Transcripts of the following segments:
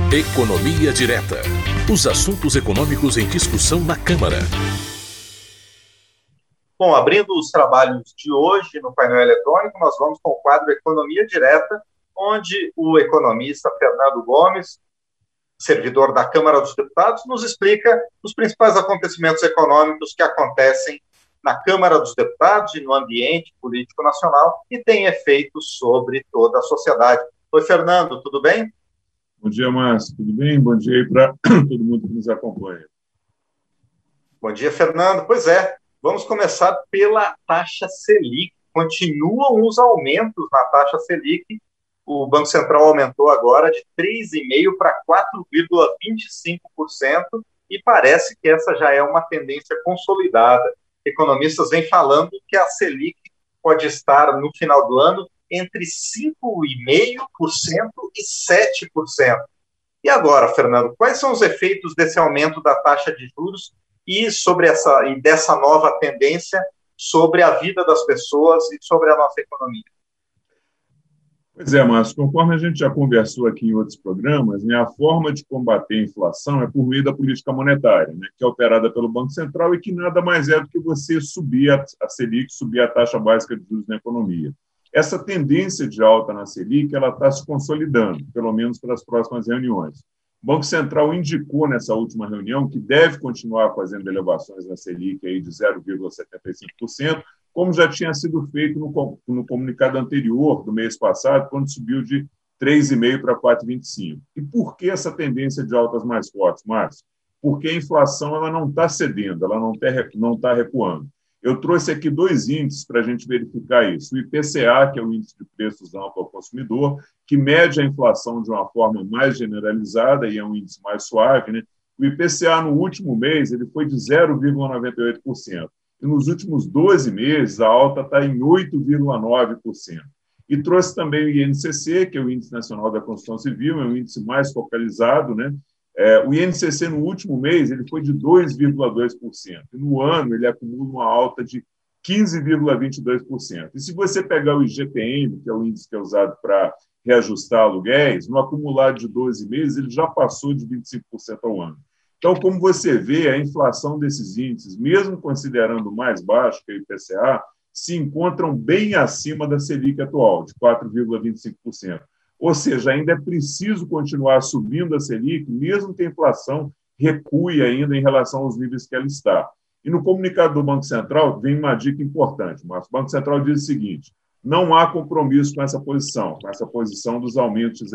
Economia Direta. Os assuntos econômicos em discussão na Câmara. Bom, abrindo os trabalhos de hoje no painel eletrônico, nós vamos com o quadro Economia Direta, onde o economista Fernando Gomes, servidor da Câmara dos Deputados, nos explica os principais acontecimentos econômicos que acontecem na Câmara dos Deputados e no ambiente político nacional e têm efeitos sobre toda a sociedade. Oi, Fernando, tudo bem? Bom dia, Márcio. Tudo bem? Bom dia aí para todo mundo que nos acompanha. Bom dia, Fernando. Pois é, vamos começar pela taxa Selic. Continuam os aumentos na taxa Selic. O Banco Central aumentou agora de 3,5% para 4,25% e parece que essa já é uma tendência consolidada. Economistas vêm falando que a Selic pode estar, no final do ano, entre 5,5% e 7%. E agora, Fernando, quais são os efeitos desse aumento da taxa de juros e dessa nova tendência sobre a vida das pessoas e sobre a nossa economia? Pois é, Márcio, conforme a gente já conversou aqui em outros programas, né, a forma de combater a inflação é por meio da política monetária, né, que é operada pelo Banco Central e que nada mais é do que você subir a Selic, subir a taxa básica de juros na economia. Essa tendência de alta na Selic ela está se consolidando, pelo menos para as próximas reuniões. O Banco Central indicou nessa última reunião que deve continuar fazendo elevações na Selic aí de 0,75%, como já tinha sido feito no comunicado anterior do mês passado, quando subiu de 3,5% para 4,25%. E por que essa tendência de altas mais fortes, Márcio? Porque a inflação ela não está cedendo, ela não está recuando. Eu trouxe aqui dois índices para a gente verificar isso. O IPCA, que é o Índice de Preços Amplo ao Consumidor, que mede a inflação de uma forma mais generalizada e é um índice mais suave, né? O IPCA, no último mês, ele foi de 0,98%. E nos últimos 12 meses, a alta está em 8,9%. E trouxe também o INCC, que é o Índice Nacional da Construção Civil, é um índice mais focalizado, né? O INCC, no último mês, ele foi de 2,2%. E no ano, ele acumula uma alta de 15,22%. E se você pegar o IGPM, que é o índice que é usado para reajustar aluguéis, no acumulado de 12 meses, ele já passou de 25% ao ano. Então, como você vê, a inflação desses índices, mesmo considerando mais baixo que o IPCA, se encontram bem acima da Selic atual, de 4,25%. Ou seja, ainda é preciso continuar subindo a Selic, mesmo que a inflação recue ainda em relação aos níveis que ela está. E no comunicado do Banco Central vem uma dica importante, mas o Banco Central diz o seguinte: não há compromisso com essa posição dos aumentos de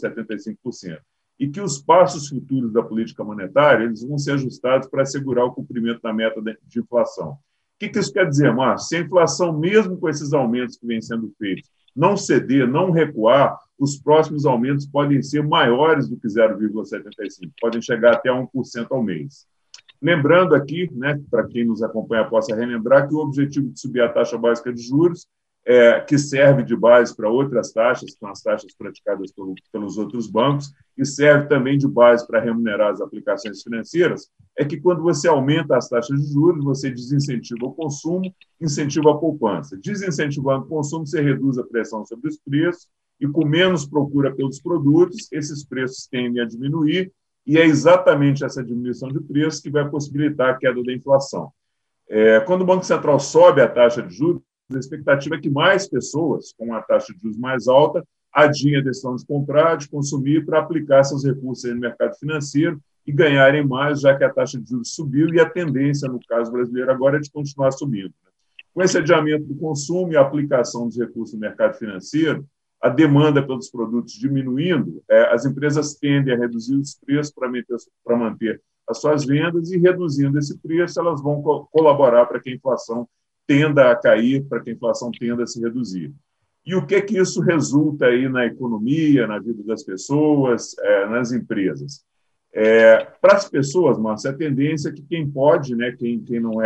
0,75%. E que os passos futuros da política monetária eles vão ser ajustados para assegurar o cumprimento da meta de inflação. O que isso quer dizer, Márcio? Se a inflação, mesmo com esses aumentos que vêm sendo feitos, não ceder, não recuar, os próximos aumentos podem ser maiores do que 0,75%, podem chegar até 1% ao mês. Lembrando aqui, né, para quem nos acompanha possa relembrar, que o objetivo de subir a taxa básica de juros, que serve de base para outras taxas, que são as taxas praticadas pelos outros bancos, e serve também de base para remunerar as aplicações financeiras, é que quando você aumenta as taxas de juros, você desincentiva o consumo, incentiva a poupança. Desincentivando o consumo, você reduz a pressão sobre os preços, e com menos procura pelos produtos, esses preços tendem a diminuir, e é exatamente essa diminuição de preços que vai possibilitar a queda da inflação. Quando o Banco Central sobe a taxa de juros, a expectativa é que mais pessoas, com a taxa de juros mais alta, adiem a decisão de comprar, de consumir, para aplicar seus recursos no mercado financeiro e ganharem mais, já que a taxa de juros subiu e a tendência, no caso brasileiro, agora é de continuar subindo. Com esse adiamento do consumo e a aplicação dos recursos no mercado financeiro, a demanda pelos produtos diminuindo, as empresas tendem a reduzir os preços para manter as suas vendas e, reduzindo esse preço, elas vão colaborar para que a inflação tenda a cair, para que a inflação tenda a se reduzir. E o que isso resulta aí na economia, na vida das pessoas, nas empresas? Para as pessoas, Márcio, a tendência é que quem pode, né, quem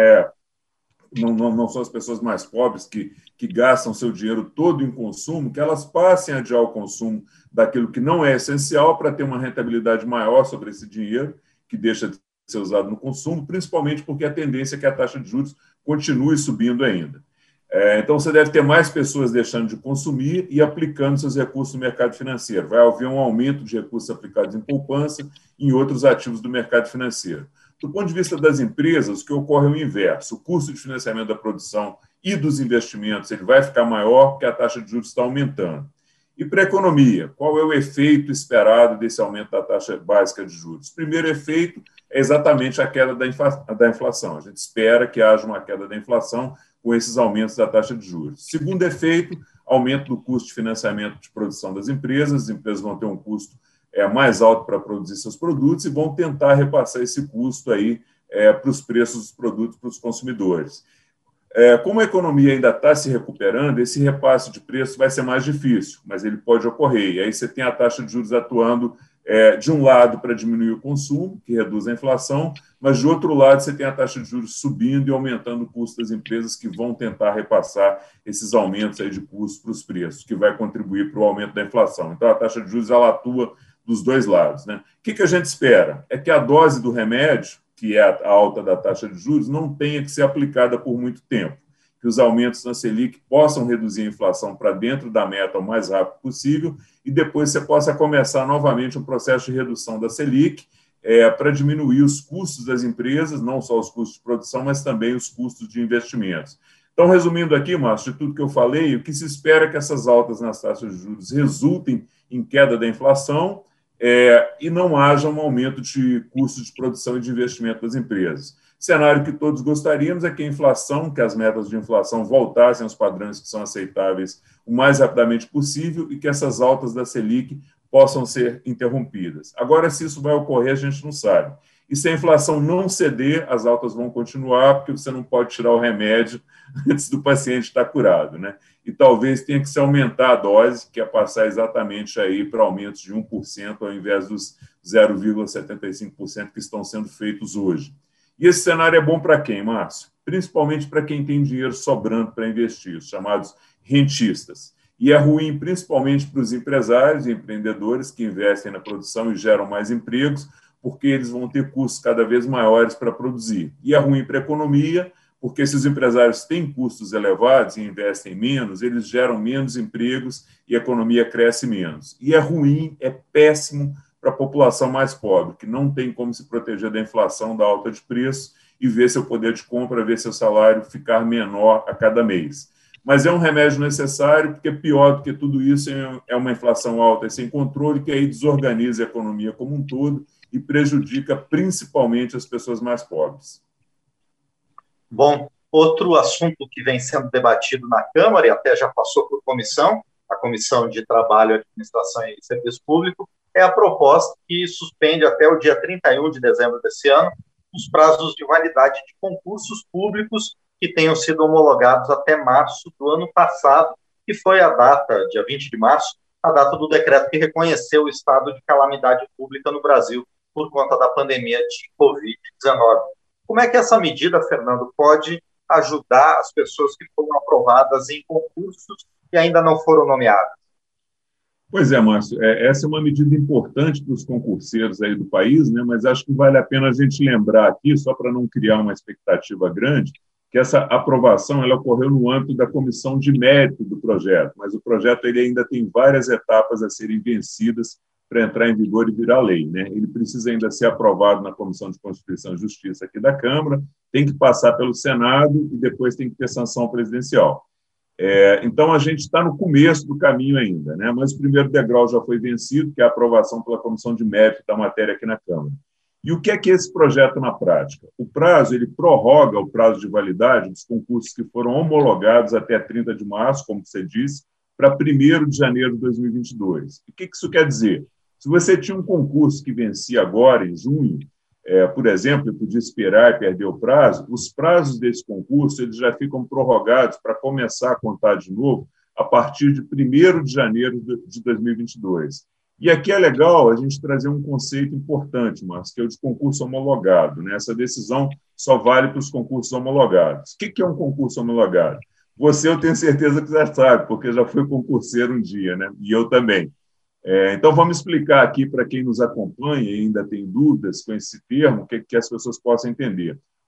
não são as pessoas mais pobres que gastam seu dinheiro todo em consumo, que elas passem a adiar o consumo daquilo que não é essencial para ter uma rentabilidade maior sobre esse dinheiro, que deixa de ser usado no consumo, principalmente porque a tendência é que a taxa de juros continue subindo ainda. Então, você deve ter mais pessoas deixando de consumir e aplicando seus recursos no mercado financeiro. Vai haver um aumento de recursos aplicados em poupança e em outros ativos do mercado financeiro. Do ponto de vista das empresas, o que ocorre é o inverso. O custo de financiamento da produção e dos investimentos ele vai ficar maior porque a taxa de juros está aumentando. E para a economia, qual é o efeito esperado desse aumento da taxa básica de juros? O primeiro efeito é exatamente a queda da inflação. A gente espera que haja uma queda da inflação com esses aumentos da taxa de juros. Segundo efeito, aumento do custo de financiamento de produção das empresas. As empresas vão ter um custo mais alto para produzir seus produtos e vão tentar repassar esse custo aí para os preços dos produtos para os consumidores. Como a economia ainda está se recuperando, esse repasse de preço vai ser mais difícil, mas ele pode ocorrer. E aí você tem a taxa de juros atuando de um lado para diminuir o consumo, que reduz a inflação, mas de outro lado você tem a taxa de juros subindo e aumentando o custo das empresas que vão tentar repassar esses aumentos aí de custo para os preços, que vai contribuir para o aumento da inflação. Então a taxa de juros ela atua dos dois lados, né? O que a gente espera? É que a dose do remédio, que é a alta da taxa de juros, não tenha que ser aplicada por muito tempo, que os aumentos na Selic possam reduzir a inflação para dentro da meta o mais rápido possível e depois você possa começar novamente um processo de redução da Selic para diminuir os custos das empresas, não só os custos de produção, mas também os custos de investimentos. Então, resumindo aqui, Márcio, de tudo que eu falei, o que se espera é que essas altas nas taxas de juros resultem em queda da inflação e não haja um aumento de custos de produção e de investimento das empresas. Cenário que todos gostaríamos é que a inflação, que as metas de inflação voltassem aos padrões que são aceitáveis o mais rapidamente possível e que essas altas da Selic possam ser interrompidas. Agora, se isso vai ocorrer, a gente não sabe. E se a inflação não ceder, as altas vão continuar, porque você não pode tirar o remédio antes do paciente estar curado, né? E talvez tenha que se aumentar a dose, que é passar exatamente aí para aumentos de 1% ao invés dos 0,75% que estão sendo feitos hoje. E esse cenário é bom para quem, Márcio? Principalmente para quem tem dinheiro sobrando para investir, os chamados rentistas. E é ruim principalmente para os empresários e empreendedores que investem na produção e geram mais empregos, porque eles vão ter custos cada vez maiores para produzir. E é ruim para a economia, porque se os empresários têm custos elevados e investem menos, eles geram menos empregos e a economia cresce menos. E é ruim, é péssimo para a população mais pobre, que não tem como se proteger da inflação, da alta de preço e ver seu poder de compra, ver seu salário ficar menor a cada mês. Mas é um remédio necessário, porque pior do que tudo isso é uma inflação alta e sem controle, que aí desorganiza a economia como um todo e prejudica principalmente as pessoas mais pobres. Bom, outro assunto que vem sendo debatido na Câmara e até já passou por comissão, a Comissão de Trabalho, Administração e Serviço Público, é a proposta que suspende até o dia 31 de dezembro desse ano os prazos de validade de concursos públicos que tenham sido homologados até março do ano passado, que foi a data, dia 20 de março, a data do decreto que reconheceu o estado de calamidade pública no Brasil por conta da pandemia de Covid-19. Como é que essa medida, Fernando, pode ajudar as pessoas que foram aprovadas em concursos e ainda não foram nomeadas? Pois é, Márcio, essa é uma medida importante para os concurseiros aí do país, né? Mas acho que vale a pena a gente lembrar aqui, só para não criar uma expectativa grande, que essa aprovação ela ocorreu no âmbito da comissão de mérito do projeto, mas o projeto ele ainda tem várias etapas a serem vencidas para entrar em vigor e virar lei, né? Ele precisa ainda ser aprovado na Comissão de Constituição e Justiça aqui da Câmara, tem que passar pelo Senado e depois tem que ter sanção presidencial. Então, a gente está no começo do caminho ainda, né? Mas o primeiro degrau já foi vencido, que é a aprovação pela Comissão de Mérito da matéria aqui na Câmara. E o que é esse projeto na prática? O prazo, ele prorroga o prazo de validade dos concursos que foram homologados até 30 de março, como você disse, para 1º de janeiro de 2022. E o que isso quer dizer? Se você tinha um concurso que vencia agora, em junho, por exemplo, e podia esperar e perder o prazo, os prazos desse concurso eles já ficam prorrogados para começar a contar de novo a partir de 1º de janeiro de 2022. E aqui é legal a gente trazer um conceito importante, Márcio, que é o de concurso homologado, né? Essa decisão só vale para os concursos homologados. O que é um concurso homologado? Você, eu tenho certeza que já sabe, porque já foi concurseiro um dia, né? E eu também. Então, vamos explicar aqui para quem nos acompanha e ainda tem dúvidas com esse termo, que as pessoas possam entender.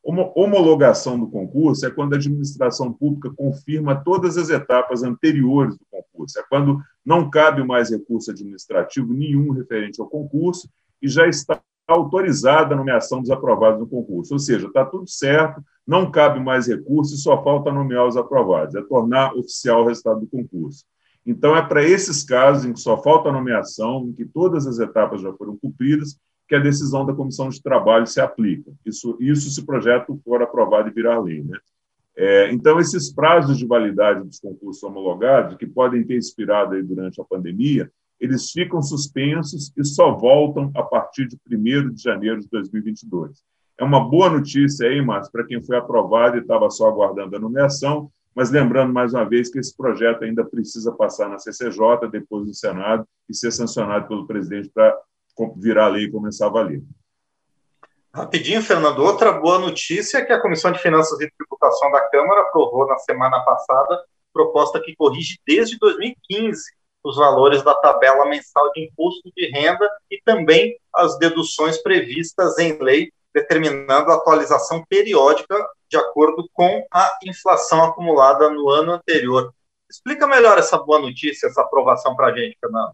Homologação do concurso é quando a administração pública confirma todas as etapas anteriores do concurso. É quando não cabe mais recurso administrativo nenhum referente ao concurso e já está autorizada a nomeação dos aprovados no concurso. Ou seja, está tudo certo, não cabe mais recurso e só falta nomear os aprovados. É tornar oficial o resultado do concurso. Então, é para esses casos em que só falta a nomeação, em que todas as etapas já foram cumpridas, que a decisão da Comissão de Trabalho se aplica. Isso se o projeto for aprovado e virar lei, né? Então, esses prazos de validade dos concursos homologados, que podem ter expirado aí durante a pandemia, eles ficam suspensos e só voltam a partir de 1º de janeiro de 2022. É uma boa notícia aí, Márcio, para quem foi aprovado e estava só aguardando a nomeação, mas lembrando mais uma vez que esse projeto ainda precisa passar na CCJ, depois no Senado, e ser sancionado pelo presidente para virar lei e começar a valer. Rapidinho, Fernando, outra boa notícia é que a Comissão de Finanças e Tributação da Câmara aprovou na semana passada proposta que corrige desde 2015 os valores da tabela mensal de imposto de renda e também as deduções previstas em lei, determinando a atualização periódica de acordo com a inflação acumulada no ano anterior. Explica melhor essa boa notícia, essa aprovação para a gente, Fernando.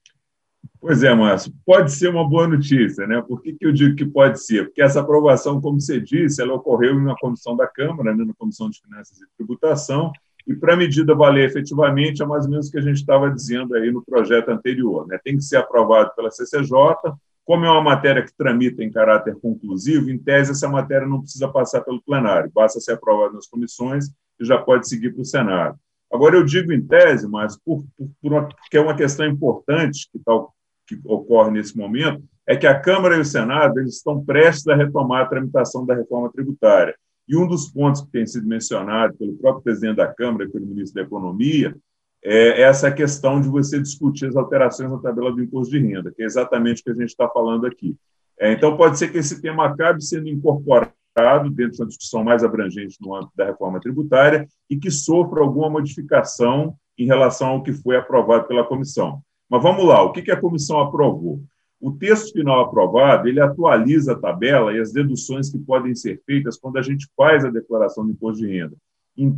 Pois é, Márcio, pode ser uma boa notícia, né? Por que eu digo que pode ser? Porque essa aprovação, como você disse, ela ocorreu na comissão da Câmara, né, na Comissão de Finanças e Tributação, e para a medida valer efetivamente, é mais ou menos o que a gente estava dizendo aí no projeto anterior, né? Tem que ser aprovado pela CCJ, como é uma matéria que tramita em caráter conclusivo, em tese essa matéria não precisa passar pelo plenário, basta ser aprovada nas comissões e já pode seguir para o Senado. Agora, eu digo em tese, mas porque é uma questão importante que ocorre nesse momento, é que a Câmara e o Senado eles estão prestes a retomar a tramitação da reforma tributária. E um dos pontos que tem sido mencionado pelo próprio presidente da Câmara e pelo ministro da Economia é essa questão de você discutir as alterações na tabela do imposto de renda, que é exatamente o que a gente está falando aqui. Então, pode ser que esse tema acabe sendo incorporado dentro de uma discussão mais abrangente no âmbito da reforma tributária e que sofra alguma modificação em relação ao que foi aprovado pela comissão. Mas vamos lá, o que a comissão aprovou? O texto final aprovado, ele atualiza a tabela e as deduções que podem ser feitas quando a gente faz a declaração do imposto de renda, em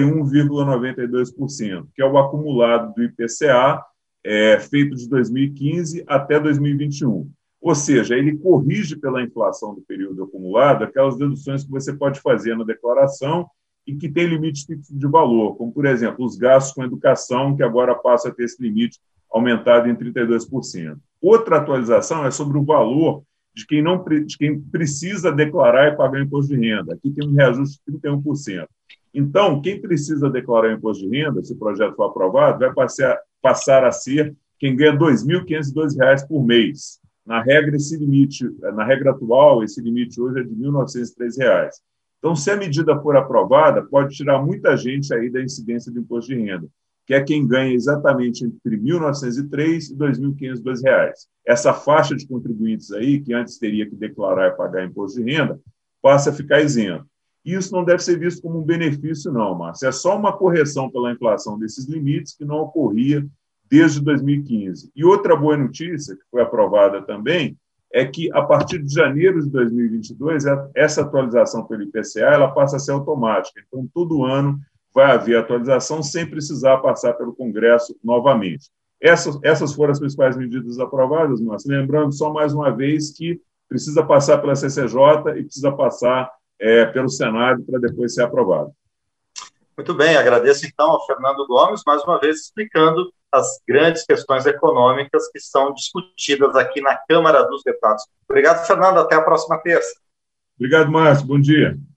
31,92%, que é o acumulado do IPCA feito de 2015 até 2021. Ou seja, ele corrige pela inflação do período acumulado aquelas deduções que você pode fazer na declaração e que tem limite fixo de valor, como, por exemplo, os gastos com educação, que agora passa a ter esse limite aumentado em 32%. Outra atualização é sobre o valor de quem precisa declarar e pagar imposto de renda. Aqui tem um reajuste de 31%. Então, quem precisa declarar imposto de renda, se o projeto for aprovado, vai passar a ser quem ganha R$ 2.502 por mês. Na regra, na regra atual, esse limite hoje é de R$ 1.903. Então, se a medida for aprovada, pode tirar muita gente aí da incidência do imposto de renda, que é quem ganha exatamente entre R$ 1.903 e R$ 2.502. Essa faixa de contribuintes aí, que antes teria que declarar e pagar imposto de renda, passa a ficar isento. Isso não deve ser visto como um benefício, não, Márcio. É só uma correção pela inflação desses limites que não ocorria desde 2015. E outra boa notícia, que foi aprovada também, é que, a partir de janeiro de 2022, essa atualização pelo IPCA ela passa a ser automática. Então, todo ano vai haver atualização sem precisar passar pelo Congresso novamente. Essas foram as principais medidas aprovadas, Márcio. Lembrando, só mais uma vez, que precisa passar pela CCJ e precisa passar pelo Senado para depois ser aprovado. Muito bem, agradeço então ao Fernando Gomes, mais uma vez explicando as grandes questões econômicas que são discutidas aqui na Câmara dos Deputados. Obrigado, Fernando, até a próxima terça. Obrigado, Márcio, bom dia.